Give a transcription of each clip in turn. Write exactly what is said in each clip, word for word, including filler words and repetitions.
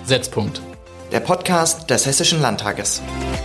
Setzpunkt. Der Podcast des Hessischen Landtages.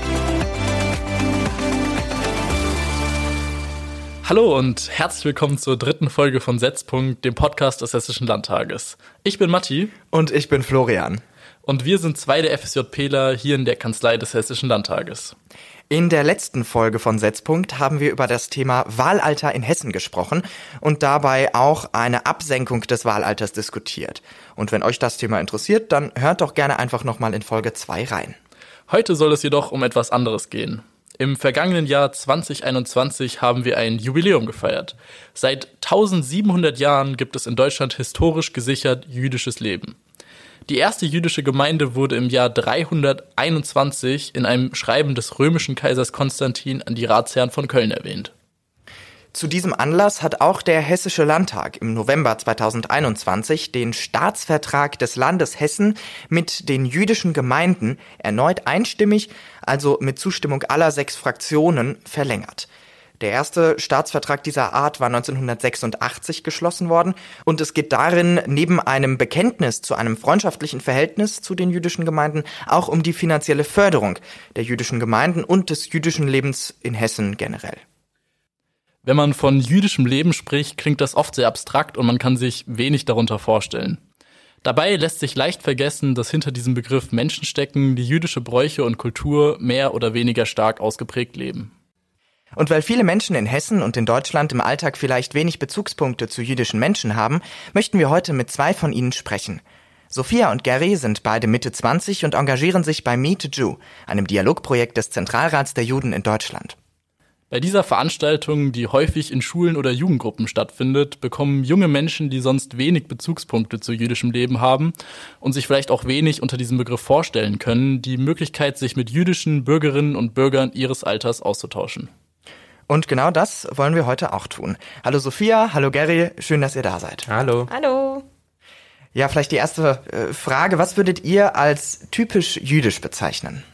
Hallo und herzlich willkommen zur dritten Folge von Setzpunkt, dem Podcast des Hessischen Landtages. Ich bin Matti. Und ich bin Florian. Und wir sind zwei der FSJPler hier in der Kanzlei des Hessischen Landtages. In der letzten Folge von Setzpunkt haben wir über das Thema Wahlalter in Hessen gesprochen und dabei auch eine Absenkung des Wahlalters diskutiert. Und wenn euch das Thema interessiert, dann hört doch gerne einfach nochmal in Folge zwei rein. Heute soll es jedoch um etwas anderes gehen. Im vergangenen Jahr zwanzig einundzwanzig haben wir ein Jubiläum gefeiert. Seit tausendsiebenhundert Jahren gibt es in Deutschland historisch gesichert jüdisches Leben. Die erste jüdische Gemeinde wurde im Jahr dreihunderteinundzwanzig in einem Schreiben des römischen Kaisers Konstantin an die Ratsherren von Köln erwähnt. Zu diesem Anlass hat auch der Hessische Landtag im November zweitausendeinundzwanzig den Staatsvertrag des Landes Hessen mit den jüdischen Gemeinden erneut einstimmig, also mit Zustimmung aller sechs Fraktionen, verlängert. Der erste Staatsvertrag dieser Art war neunzehnhundertsechsundachtzig geschlossen worden und es geht darin neben einem Bekenntnis zu einem freundschaftlichen Verhältnis zu den jüdischen Gemeinden auch um die finanzielle Förderung der jüdischen Gemeinden und des jüdischen Lebens in Hessen generell. Wenn man von jüdischem Leben spricht, klingt das oft sehr abstrakt und man kann sich wenig darunter vorstellen. Dabei lässt sich leicht vergessen, dass hinter diesem Begriff Menschen stecken, die jüdische Bräuche und Kultur mehr oder weniger stark ausgeprägt leben. Und weil viele Menschen in Hessen und in Deutschland im Alltag vielleicht wenig Bezugspunkte zu jüdischen Menschen haben, möchten wir heute mit zwei von ihnen sprechen. Sophia und Gary sind beide Mitte zwanzig und engagieren sich bei Meet a Jew, einem Dialogprojekt des Zentralrats der Juden in Deutschland. Bei dieser Veranstaltung, die häufig in Schulen oder Jugendgruppen stattfindet, bekommen junge Menschen, die sonst wenig Bezugspunkte zu jüdischem Leben haben und sich vielleicht auch wenig unter diesem Begriff vorstellen können, die Möglichkeit, sich mit jüdischen Bürgerinnen und Bürgern ihres Alters auszutauschen. Und genau das wollen wir heute auch tun. Hallo Sophia, hallo Gary, schön, dass ihr da seid. Hallo. Hallo. Ja, vielleicht die erste äh, Frage, was würdet ihr als typisch jüdisch bezeichnen?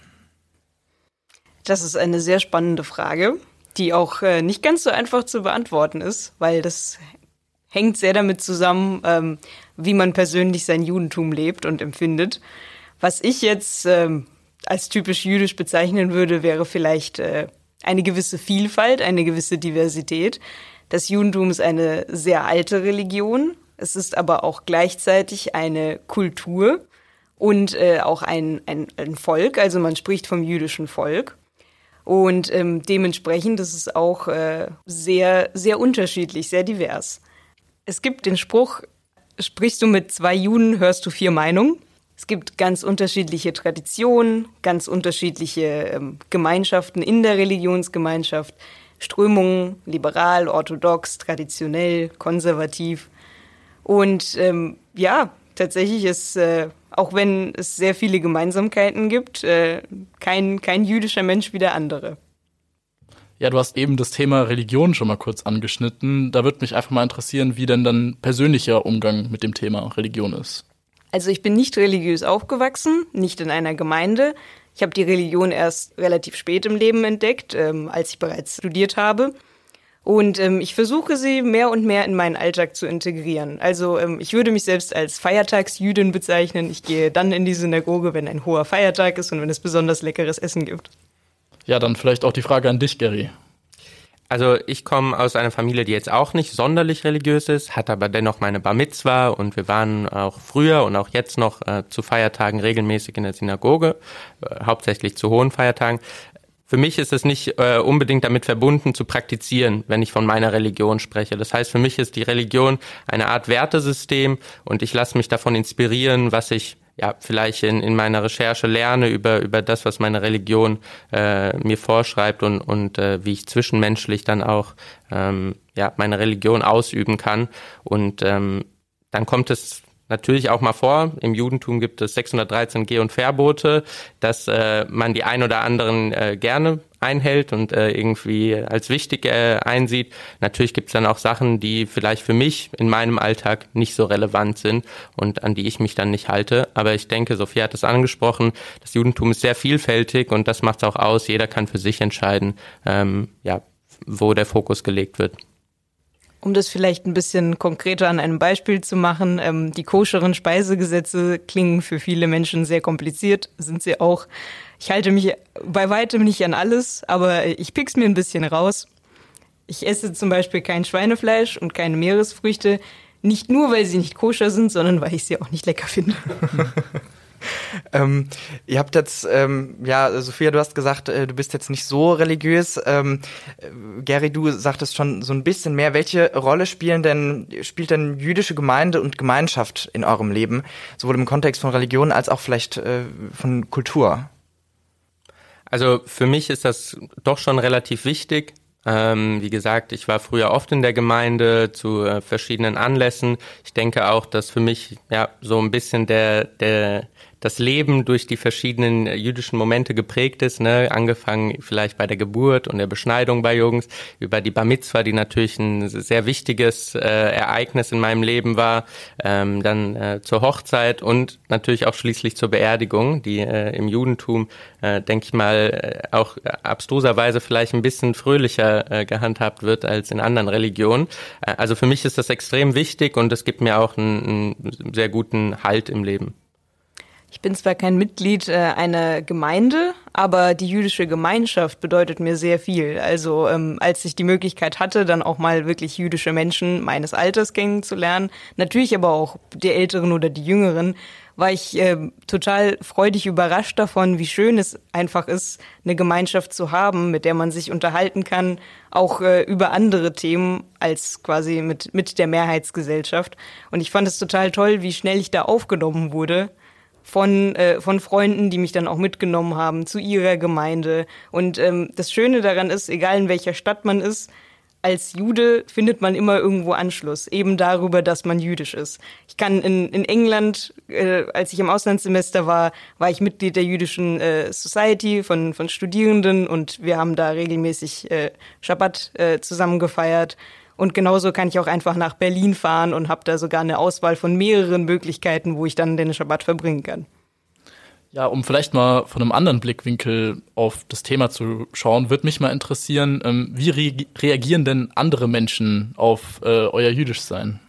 Das ist eine sehr spannende Frage, die auch äh, nicht ganz so einfach zu beantworten ist, weil das hängt sehr damit zusammen, ähm, wie man persönlich sein Judentum lebt und empfindet. Was ich jetzt ähm, als typisch jüdisch bezeichnen würde, wäre vielleicht äh, eine gewisse Vielfalt, eine gewisse Diversität. Das Judentum ist eine sehr alte Religion. Es ist aber auch gleichzeitig eine Kultur und äh, auch ein, ein, ein Volk. Also man spricht vom jüdischen Volk. Und ähm, dementsprechend ist es auch äh, sehr, sehr unterschiedlich, sehr divers. Es gibt den Spruch, sprichst du mit zwei Juden, hörst du vier Meinungen. Es gibt ganz unterschiedliche Traditionen, ganz unterschiedliche ähm, Gemeinschaften in der Religionsgemeinschaft, Strömungen, liberal, orthodox, traditionell, konservativ. Und ähm, ja, tatsächlich ist, äh, auch wenn es sehr viele Gemeinsamkeiten gibt, äh, kein, kein jüdischer Mensch wie der andere. Ja, du hast eben das Thema Religion schon mal kurz angeschnitten. Da würde mich einfach mal interessieren, wie denn dann persönlicher Umgang mit dem Thema Religion ist. Also ich bin nicht religiös aufgewachsen, nicht in einer Gemeinde. Ich habe die Religion erst relativ spät im Leben entdeckt, ähm, als ich bereits studiert habe. Und ähm, ich versuche sie mehr und mehr in meinen Alltag zu integrieren. Also ähm, ich würde mich selbst als Feiertagsjüdin bezeichnen. Ich gehe dann in die Synagoge, wenn ein hoher Feiertag ist und wenn es besonders leckeres Essen gibt. Ja, dann vielleicht auch die Frage an dich, Gary. Also ich komme aus einer Familie, die jetzt auch nicht sonderlich religiös ist, hat aber dennoch meine Bar Mitzwa und wir waren auch früher und auch jetzt noch äh, zu Feiertagen regelmäßig in der Synagoge, äh, hauptsächlich zu hohen Feiertagen. Für mich ist es nicht äh, unbedingt damit verbunden zu praktizieren, wenn ich von meiner Religion spreche. Das heißt, für mich ist die Religion eine Art Wertesystem und ich lasse mich davon inspirieren, was ich ja vielleicht in, in meiner Recherche lerne über über das, was meine Religion äh, mir vorschreibt und und äh, wie ich zwischenmenschlich dann auch ähm, ja meine Religion ausüben kann. Und ähm, dann kommt es natürlich auch mal vor, im Judentum gibt es sechshundertdreizehn Geh- und Verbote, dass äh, man die ein oder anderen äh, gerne einhält und äh, irgendwie als wichtig äh, einsieht. Natürlich gibt es dann auch Sachen, die vielleicht für mich in meinem Alltag nicht so relevant sind und an die ich mich dann nicht halte. Aber ich denke, Sophia hat es angesprochen, das Judentum ist sehr vielfältig und das macht es auch aus. Jeder kann für sich entscheiden, ähm, ja, wo der Fokus gelegt wird. Um das vielleicht ein bisschen konkreter an einem Beispiel zu machen, ähm, die koscheren Speisegesetze klingen für viele Menschen sehr kompliziert, sind sie auch. Ich halte mich bei weitem nicht an alles, aber ich pick's mir ein bisschen raus. Ich esse zum Beispiel kein Schweinefleisch und keine Meeresfrüchte, nicht nur, weil sie nicht koscher sind, sondern weil ich sie auch nicht lecker finde. Ähm, ihr habt jetzt, ähm, ja, Sophia, du hast gesagt, äh, du bist jetzt nicht so religiös. Ähm, äh, Gary, du sagtest schon so ein bisschen mehr. Welche Rolle spielen denn, spielt denn jüdische Gemeinde und Gemeinschaft in eurem Leben, sowohl im Kontext von Religion als auch vielleicht äh, von Kultur? Also für mich ist das doch schon relativ wichtig. Ähm, wie gesagt, ich war früher oft in der Gemeinde zu äh, verschiedenen Anlässen. Ich denke auch, dass für mich ja so ein bisschen der der das Leben durch die verschiedenen jüdischen Momente geprägt ist, ne, angefangen vielleicht bei der Geburt und der Beschneidung bei Jungs, über die Bar Mitzwa, die natürlich ein sehr wichtiges äh, Ereignis in meinem Leben war, ähm, dann äh, zur Hochzeit und natürlich auch schließlich zur Beerdigung, die äh, im Judentum, äh, denke ich mal, äh, auch abstruserweise vielleicht ein bisschen fröhlicher äh, gehandhabt wird als in anderen Religionen. Äh, also für mich ist das extrem wichtig und es gibt mir auch einen, einen sehr guten Halt im Leben. Ich bin zwar kein Mitglied äh, einer Gemeinde, aber die jüdische Gemeinschaft bedeutet mir sehr viel. Also ähm, als ich die Möglichkeit hatte, dann auch mal wirklich jüdische Menschen meines Alters kennenzulernen, natürlich aber auch die Älteren oder die Jüngeren, war ich äh, total freudig überrascht davon, wie schön es einfach ist, eine Gemeinschaft zu haben, mit der man sich unterhalten kann, auch äh, über andere Themen als quasi mit mit der Mehrheitsgesellschaft. Und ich fand es total toll, wie schnell ich da aufgenommen wurde. Von äh, von Freunden, die mich dann auch mitgenommen haben zu ihrer Gemeinde. Und ähm, das Schöne daran ist, egal in welcher Stadt man ist, als Jude findet man immer irgendwo Anschluss, eben darüber, dass man jüdisch ist. Ich kann in in England, äh, als ich im Auslandssemester war, war ich Mitglied der jüdischen äh, Society von von Studierenden und wir haben da regelmäßig äh, Schabbat äh, zusammen gefeiert. Und genauso kann ich auch einfach nach Berlin fahren und habe da sogar eine Auswahl von mehreren Möglichkeiten, wo ich dann den Schabbat verbringen kann. Ja, um vielleicht mal von einem anderen Blickwinkel auf das Thema zu schauen, würde mich mal interessieren, ähm, wie re- reagieren denn andere Menschen auf äh, euer Jüdischsein?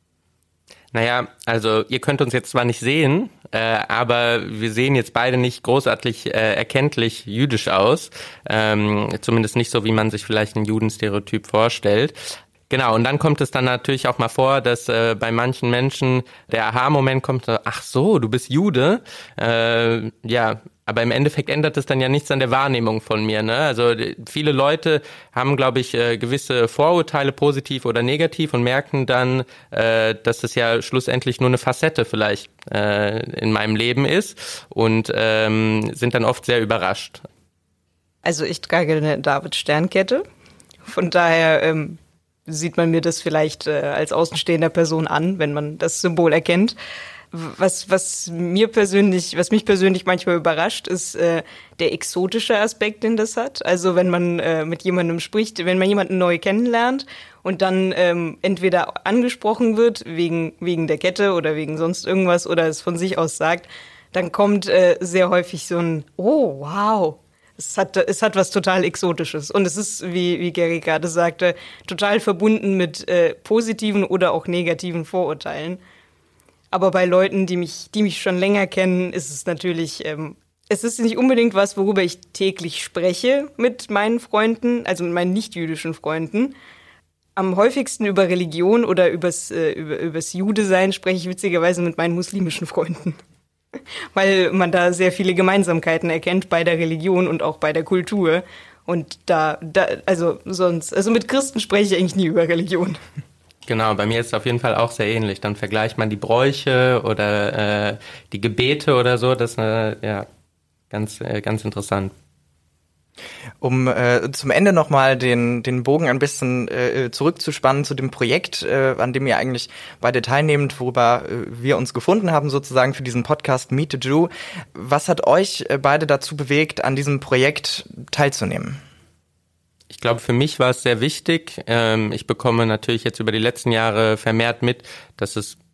Naja, also ihr könnt uns jetzt zwar nicht sehen, äh, aber wir sehen jetzt beide nicht großartig äh, erkenntlich jüdisch aus. Ähm, zumindest nicht so, wie man sich vielleicht ein Judenstereotyp vorstellt. Genau, und dann kommt es dann natürlich auch mal vor, dass äh, bei manchen Menschen der Aha-Moment kommt, ach so, du bist Jude. Äh, ja, aber im Endeffekt ändert es dann ja nichts an der Wahrnehmung von mir, ne? Also viele Leute haben, glaube ich, äh, gewisse Vorurteile, positiv oder negativ, und merken dann, äh, dass es ja schlussendlich nur eine Facette vielleicht äh, in meinem Leben ist und ähm, sind dann oft sehr überrascht. Also ich trage eine David-Stern-Kette, von daher ähm, sieht man mir das vielleicht äh, als außenstehender Person an, wenn man das Symbol erkennt. Was, was mir persönlich, was mich persönlich manchmal überrascht, ist äh, der exotische Aspekt, den das hat. Also wenn man äh, mit jemandem spricht, wenn man jemanden neu kennenlernt und dann ähm, entweder angesprochen wird wegen wegen der Kette oder wegen sonst irgendwas oder es von sich aus sagt, dann kommt äh, sehr häufig so ein Oh, wow. Es hat, es hat was total Exotisches. Und es ist, wie, wie Gary gerade sagte, total verbunden mit äh, positiven oder auch negativen Vorurteilen. Aber bei Leuten, die mich, die mich schon länger kennen, ist es natürlich, ähm, es ist nicht unbedingt was, worüber ich täglich spreche mit meinen Freunden, also mit meinen nicht-jüdischen Freunden. Am häufigsten über Religion oder übers, äh, über, übers Jude-Sein spreche ich witzigerweise mit meinen muslimischen Freunden. Weil man da sehr viele Gemeinsamkeiten erkennt bei der Religion und auch bei der Kultur. Und da, da, also sonst, also mit Christen spreche ich eigentlich nie über Religion. Genau, bei mir ist es auf jeden Fall auch sehr ähnlich. Dann vergleicht man die Bräuche oder äh, die Gebete oder so. Das ist äh, ja ganz, äh, ganz interessant. Um äh, zum Ende nochmal den den Bogen ein bisschen äh, zurückzuspannen zu dem Projekt, äh, an dem ihr eigentlich beide teilnehmt, worüber äh, wir uns gefunden haben sozusagen für diesen Podcast Meet the Jew. Was hat euch äh, beide dazu bewegt, an diesem Projekt teilzunehmen? Ich glaube, für mich war es sehr wichtig. Ähm, ich bekomme natürlich jetzt über die letzten Jahre vermehrt mit, dass es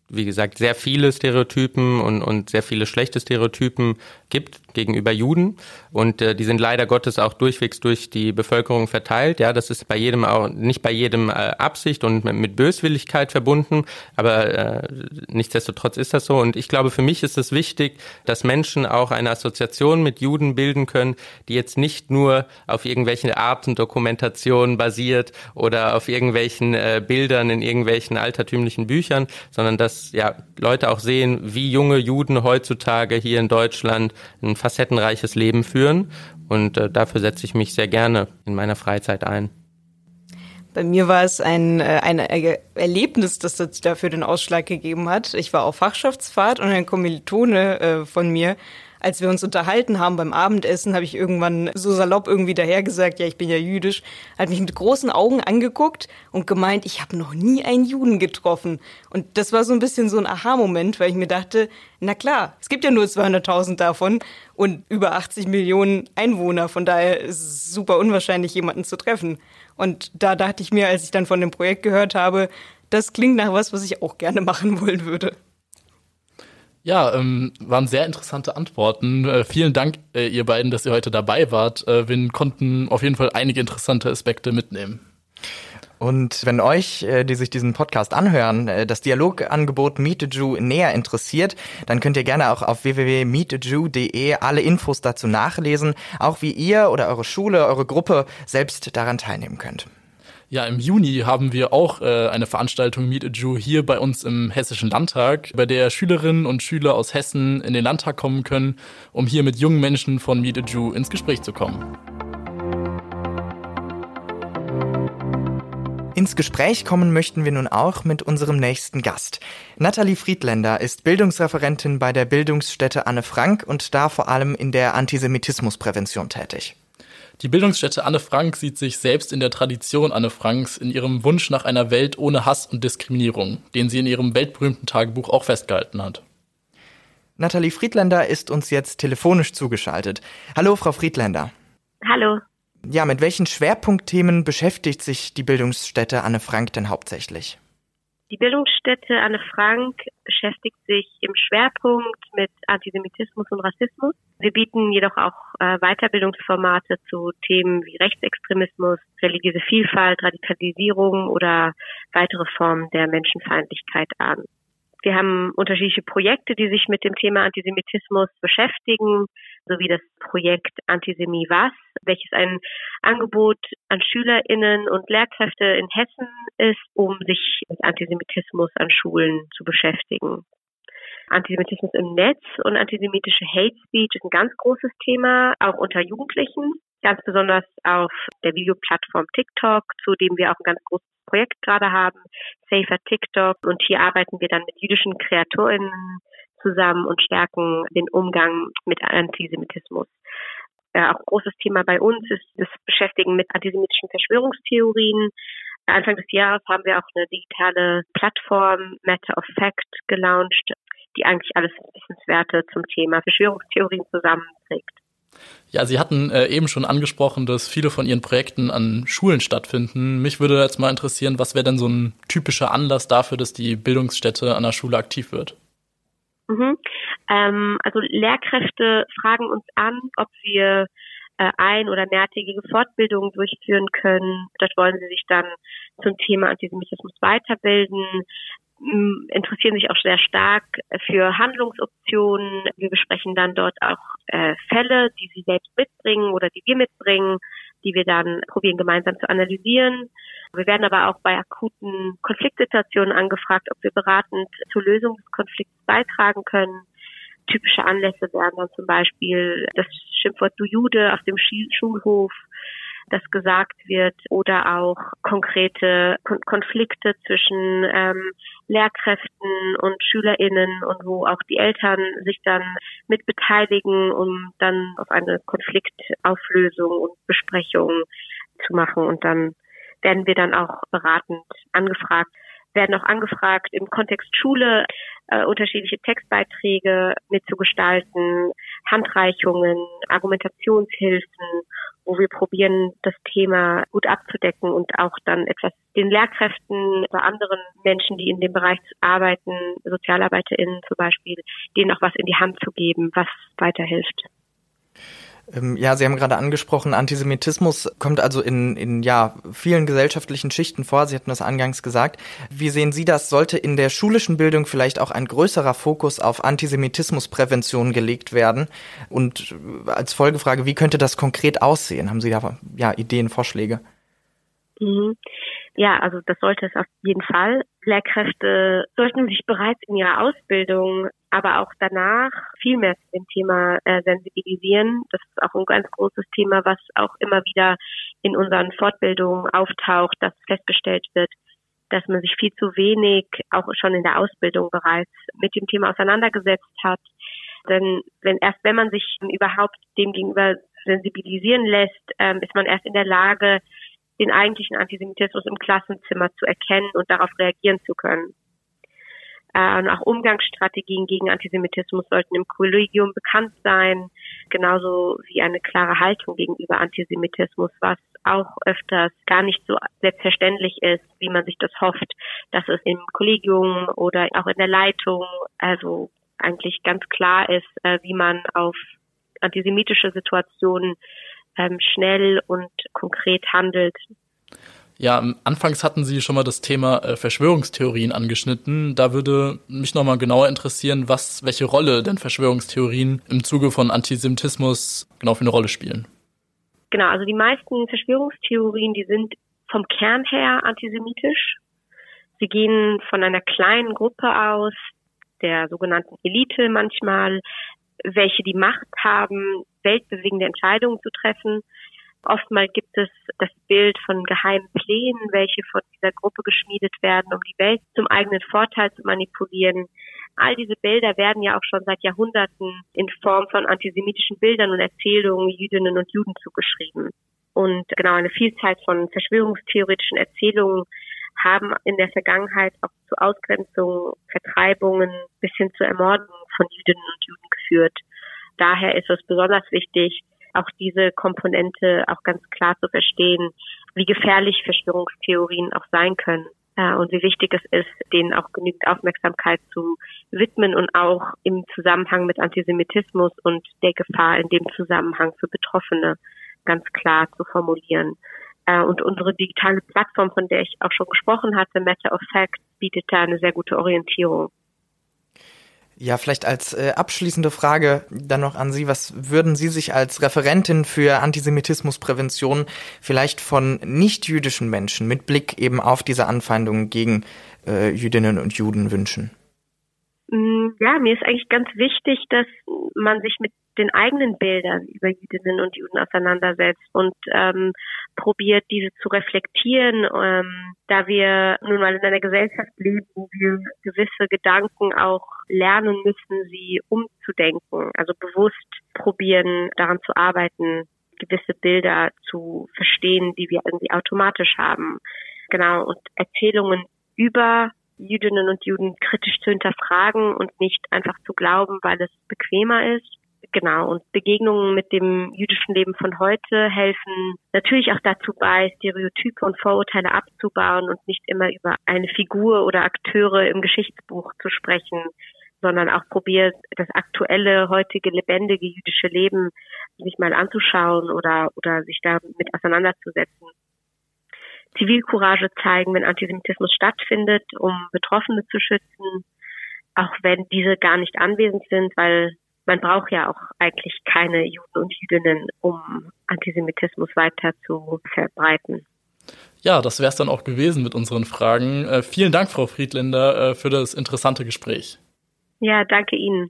wie gesagt, sehr viele Stereotypen und, und sehr viele schlechte Stereotypen gibt gegenüber Juden. Und äh, die sind leider Gottes auch durchwegs durch die Bevölkerung verteilt. Ja, das ist bei jedem auch, nicht bei jedem äh, Absicht und mit, mit Böswilligkeit verbunden, aber äh, nichtsdestotrotz ist das so. Und ich glaube, für mich ist es wichtig, dass Menschen auch eine Assoziation mit Juden bilden können, die jetzt nicht nur auf irgendwelchen Arten Dokumentation basiert oder auf irgendwelchen äh, Bildern in irgendwelchen altertümlichen Büchern, sondern dass ja Leute auch sehen, wie junge Juden heutzutage hier in Deutschland ein facettenreiches Leben führen. Und äh, dafür setze ich mich sehr gerne in meiner Freizeit ein. Bei mir war es ein, äh, ein Erlebnis, das dafür den Ausschlag gegeben hat. Ich war auf Fachschaftsfahrt und ein Kommilitone äh, von mir, als wir uns unterhalten haben beim Abendessen, habe ich irgendwann so salopp irgendwie dahergesagt, ja, ich bin ja jüdisch, hat mich mit großen Augen angeguckt und gemeint, ich habe noch nie einen Juden getroffen. Und das war so ein bisschen so ein Aha-Moment, weil ich mir dachte, na klar, es gibt ja nur zweihunderttausend davon und über achtzig Millionen Einwohner, von daher ist es super unwahrscheinlich, jemanden zu treffen. Und da dachte ich mir, als ich dann von dem Projekt gehört habe, das klingt nach was, was ich auch gerne machen wollen würde. Ja, ähm, waren sehr interessante Antworten. Äh, vielen Dank, äh, ihr beiden, dass ihr heute dabei wart. Äh, wir konnten auf jeden Fall einige interessante Aspekte mitnehmen. Und wenn euch, äh, die sich diesen Podcast anhören, äh, das Dialogangebot Meet a Jew näher interessiert, dann könnt ihr gerne auch auf w w w punkt meet a jew punkt d e alle Infos dazu nachlesen, auch wie ihr oder eure Schule, eure Gruppe selbst daran teilnehmen könnt. Ja, im Juni haben wir auch äh, eine Veranstaltung Meet a Jew hier bei uns im Hessischen Landtag, bei der Schülerinnen und Schüler aus Hessen in den Landtag kommen können, um hier mit jungen Menschen von Meet a Jew ins Gespräch zu kommen. Ins Gespräch kommen möchten wir nun auch mit unserem nächsten Gast. Nathalie Friedländer ist Bildungsreferentin bei der Bildungsstätte Anne Frank und da vor allem in der Antisemitismusprävention tätig. Die Bildungsstätte Anne Frank sieht sich selbst in der Tradition Anne Franks in ihrem Wunsch nach einer Welt ohne Hass und Diskriminierung, den sie in ihrem weltberühmten Tagebuch auch festgehalten hat. Nathalie Friedländer ist uns jetzt telefonisch zugeschaltet. Hallo, Frau Friedländer. Hallo. Ja, mit welchen Schwerpunktthemen beschäftigt sich die Bildungsstätte Anne Frank denn hauptsächlich? Die Bildungsstätte Anne Frank beschäftigt sich im Schwerpunkt mit Antisemitismus und Rassismus. Wir bieten jedoch auch äh, Weiterbildungsformate zu Themen wie Rechtsextremismus, religiöse Vielfalt, Radikalisierung oder weitere Formen der Menschenfeindlichkeit an. Wir haben unterschiedliche Projekte, die sich mit dem Thema Antisemitismus beschäftigen, sowie das Projekt Antisemi Was, welches ein Angebot an SchülerInnen und Lehrkräfte in Hessen ist, um sich mit Antisemitismus an Schulen zu beschäftigen. Antisemitismus im Netz und antisemitische Hate Speech ist ein ganz großes Thema, auch unter Jugendlichen, ganz besonders auf der Videoplattform TikTok, zu dem wir auch ein ganz großes Projekt gerade haben, Safer TikTok. Und hier arbeiten wir dann mit jüdischen KreatorInnen zusammen und stärken den Umgang mit Antisemitismus. Äh, auch ein großes Thema bei uns ist das Beschäftigen mit antisemitischen Verschwörungstheorien. Anfang des Jahres haben wir auch eine digitale Plattform, Matter of Fact, gelauncht, die eigentlich alles Wissenswerte zum Thema Verschwörungstheorien zusammenträgt. Ja, Sie hatten äh, eben schon angesprochen, dass viele von Ihren Projekten an Schulen stattfinden. Mich würde jetzt mal interessieren, was wäre denn so ein typischer Anlass dafür, dass die Bildungsstätte an der Schule aktiv wird? Mhm. Ähm, also Lehrkräfte fragen uns an, ob wir äh, ein- oder mehrtägige Fortbildungen durchführen können. Dort wollen sie sich dann zum Thema Antisemitismus weiterbilden, interessieren sich auch sehr stark für Handlungsoptionen. Wir besprechen dann dort auch äh, Fälle, die sie selbst mitbringen oder die wir mitbringen, die wir dann probieren gemeinsam zu analysieren. Wir werden aber auch bei akuten Konfliktsituationen angefragt, ob wir beratend zur Lösung des Konflikts beitragen können. Typische Anlässe wären dann zum Beispiel das Schimpfwort Du Jude auf dem Schulhof, das gesagt wird, oder auch konkrete Kon- Konflikte zwischen ähm, Lehrkräften und SchülerInnen und wo auch die Eltern sich dann mit beteiligen, um dann auf eine Konfliktauflösung und Besprechung zu machen. Und dann werden wir dann auch beratend angefragt, werden auch angefragt, im Kontext Schule äh, unterschiedliche Textbeiträge mitzugestalten, Handreichungen, Argumentationshilfen wo wir probieren, das Thema gut abzudecken und auch dann etwas den Lehrkräften oder anderen Menschen, die in dem Bereich arbeiten, SozialarbeiterInnen zum Beispiel, denen auch was in die Hand zu geben, was weiterhilft. Ja, Sie haben gerade angesprochen, Antisemitismus kommt also in, in ja, vielen gesellschaftlichen Schichten vor. Sie hatten das eingangs gesagt. Wie sehen Sie das? Sollte in der schulischen Bildung vielleicht auch ein größerer Fokus auf Antisemitismusprävention gelegt werden? Und als Folgefrage, wie könnte das konkret aussehen? Haben Sie da ja, Ideen, Vorschläge? Mhm. Ja, also das sollte es auf jeden Fall. Lehrkräfte sollten sich bereits in ihrer Ausbildung, aber auch danach viel mehr zu dem Thema äh, sensibilisieren. Das ist auch ein ganz großes Thema, was auch immer wieder in unseren Fortbildungen auftaucht, dass festgestellt wird, dass man sich viel zu wenig auch schon in der Ausbildung bereits mit dem Thema auseinandergesetzt hat. Denn wenn erst wenn man sich überhaupt dem gegenüber sensibilisieren lässt, ähm, ist man erst in der Lage, den eigentlichen Antisemitismus im Klassenzimmer zu erkennen und darauf reagieren zu können. Äh, und auch Umgangsstrategien gegen Antisemitismus sollten im Kollegium bekannt sein, genauso wie eine klare Haltung gegenüber Antisemitismus, was auch öfters gar nicht so selbstverständlich ist, wie man sich das hofft, dass es im Kollegium oder auch in der Leitung also eigentlich ganz klar ist, äh, wie man auf antisemitische Situationen ähm, schnell und konkret handelt. Ja, anfangs hatten Sie schon mal das Thema äh, Verschwörungstheorien angeschnitten. Da würde mich nochmal genauer interessieren, was, welche Rolle denn Verschwörungstheorien im Zuge von Antisemitismus genau für eine Rolle spielen. Genau, also die meisten Verschwörungstheorien, die sind vom Kern her antisemitisch. Sie gehen von einer kleinen Gruppe aus, der sogenannten Elite manchmal, welche die Macht haben, weltbewegende Entscheidungen zu treffen. Oftmals gibt es das Bild von geheimen Plänen, welche von dieser Gruppe geschmiedet werden, um die Welt zum eigenen Vorteil zu manipulieren. All diese Bilder werden ja auch schon seit Jahrhunderten in Form von antisemitischen Bildern und Erzählungen Jüdinnen und Juden zugeschrieben. Und genau eine Vielzahl von verschwörungstheoretischen Erzählungen haben in der Vergangenheit auch zu Ausgrenzungen, Vertreibungen bis hin zur Ermordung von Jüdinnen und Juden geführt. Daher ist es besonders wichtig, auch diese Komponente auch ganz klar zu verstehen, wie gefährlich Verschwörungstheorien auch sein können äh, und wie wichtig es ist, denen auch genügend Aufmerksamkeit zu widmen und auch im Zusammenhang mit Antisemitismus und der Gefahr in dem Zusammenhang für Betroffene ganz klar zu formulieren. Äh, und unsere digitale Plattform, von der ich auch schon gesprochen hatte, Matter of Fact, bietet da eine sehr gute Orientierung. Ja, vielleicht als äh, abschließende Frage dann noch an Sie. Was würden Sie sich als Referentin für Antisemitismusprävention vielleicht von nicht-jüdischen Menschen mit Blick eben auf diese Anfeindungen gegen äh, Jüdinnen und Juden wünschen? Ja, mir ist eigentlich ganz wichtig, dass man sich mit den eigenen Bildern über Jüdinnen und Juden auseinandersetzt und ähm, probiert, diese zu reflektieren, ähm, da wir nun mal in einer Gesellschaft leben, wo wir gewisse Gedanken auch lernen müssen, sie umzudenken, also bewusst probieren, daran zu arbeiten, gewisse Bilder zu verstehen, die wir irgendwie automatisch haben. Genau, und Erzählungen über Jüdinnen und Juden kritisch zu hinterfragen und nicht einfach zu glauben, weil es bequemer ist. Genau, und Begegnungen mit dem jüdischen Leben von heute helfen natürlich auch dazu bei, Stereotype und Vorurteile abzubauen und nicht immer über eine Figur oder Akteure im Geschichtsbuch zu sprechen, sondern auch probiert, das aktuelle, heutige, lebendige jüdische Leben sich mal anzuschauen oder, oder sich damit auseinanderzusetzen. Zivilcourage zeigen, wenn Antisemitismus stattfindet, um Betroffene zu schützen, auch wenn diese gar nicht anwesend sind, weil man braucht ja auch eigentlich keine Juden und Jüdinnen, um Antisemitismus weiter zu verbreiten. Ja, das wäre es dann auch gewesen mit unseren Fragen. Äh, vielen Dank, Frau Friedländer, äh, für das interessante Gespräch. Ja, danke Ihnen.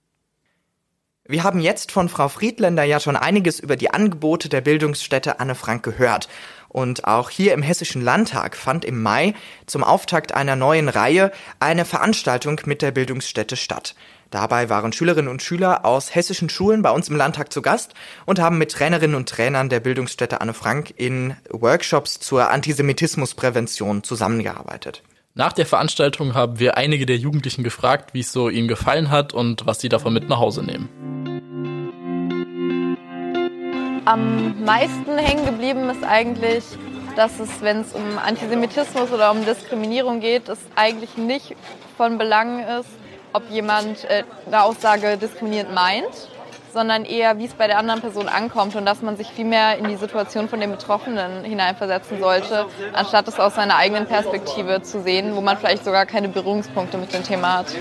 Wir haben jetzt von Frau Friedländer ja schon einiges über die Angebote der Bildungsstätte Anne Frank gehört. Und auch hier im Hessischen Landtag fand im Mai zum Auftakt einer neuen Reihe eine Veranstaltung mit der Bildungsstätte statt. Dabei waren Schülerinnen und Schüler aus hessischen Schulen bei uns im Landtag zu Gast und haben mit Trainerinnen und Trainern der Bildungsstätte Anne Frank in Workshops zur Antisemitismusprävention zusammengearbeitet. Nach der Veranstaltung haben wir einige der Jugendlichen gefragt, wie es so ihnen gefallen hat und was sie davon mit nach Hause nehmen. Am meisten hängen geblieben ist eigentlich, dass es, wenn es um Antisemitismus oder um Diskriminierung geht, es eigentlich nicht von Belang ist, ob jemand äh, eine Aussage diskriminierend meint, sondern eher, wie es bei der anderen Person ankommt und dass man sich viel mehr in die Situation von den Betroffenen hineinversetzen sollte, anstatt es aus seiner eigenen Perspektive zu sehen, wo man vielleicht sogar keine Berührungspunkte mit dem Thema hat.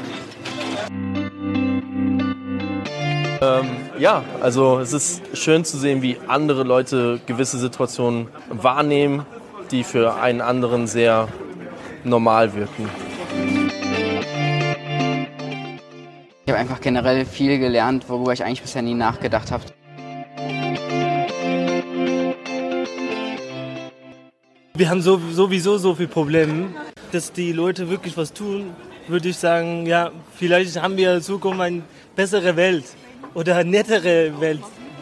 Ähm, ja, also es ist schön zu sehen, wie andere Leute gewisse Situationen wahrnehmen, die für einen anderen sehr normal wirken. Ich habe einfach generell viel gelernt, worüber ich eigentlich bisher nie nachgedacht habe. Wir haben sowieso so viele Probleme, dass die Leute wirklich was tun, würde ich sagen, ja, vielleicht haben wir in Zukunft eine bessere Welt oder eine nettere Welt.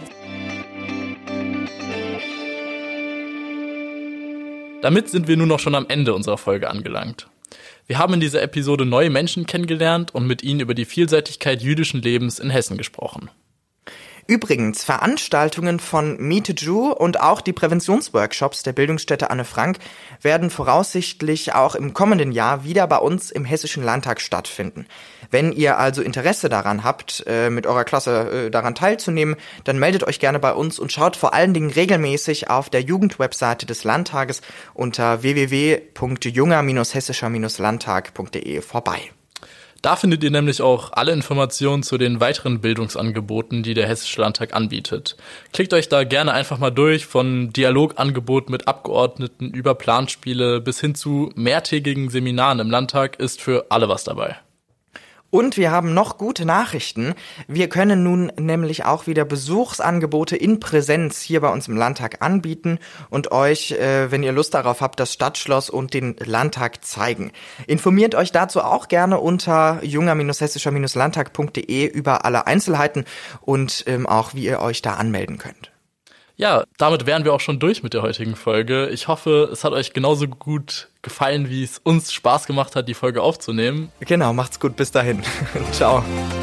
Damit sind wir nun noch schon am Ende unserer Folge angelangt. Wir haben in dieser Episode neue Menschen kennengelernt und mit ihnen über die Vielseitigkeit jüdischen Lebens in Hessen gesprochen. Übrigens, Veranstaltungen von Meet a Jew und auch die Präventionsworkshops der Bildungsstätte Anne Frank werden voraussichtlich auch im kommenden Jahr wieder bei uns im Hessischen Landtag stattfinden. Wenn ihr also Interesse daran habt, mit eurer Klasse daran teilzunehmen, dann meldet euch gerne bei uns und schaut vor allen Dingen regelmäßig auf der Jugendwebseite des Landtages unter w w w punkt junger hessischer landtag punkt d e vorbei. Da findet ihr nämlich auch alle Informationen zu den weiteren Bildungsangeboten, die der Hessische Landtag anbietet. Klickt euch da gerne einfach mal durch, von Dialogangebot mit Abgeordneten über Planspiele bis hin zu mehrtägigen Seminaren im Landtag ist für alle was dabei. Und wir haben noch gute Nachrichten. Wir können nun nämlich auch wieder Besuchsangebote in Präsenz hier bei uns im Landtag anbieten und euch, äh, wenn ihr Lust darauf habt, das Stadtschloss und den Landtag zeigen. Informiert euch dazu auch gerne unter junger hessischer landtag punkt d e über alle Einzelheiten und ähm, auch, wie ihr euch da anmelden könnt. Ja, damit wären wir auch schon durch mit der heutigen Folge. Ich hoffe, es hat euch genauso gut gefallen, wie es uns Spaß gemacht hat, die Folge aufzunehmen. Genau, macht's gut, bis dahin. Ciao.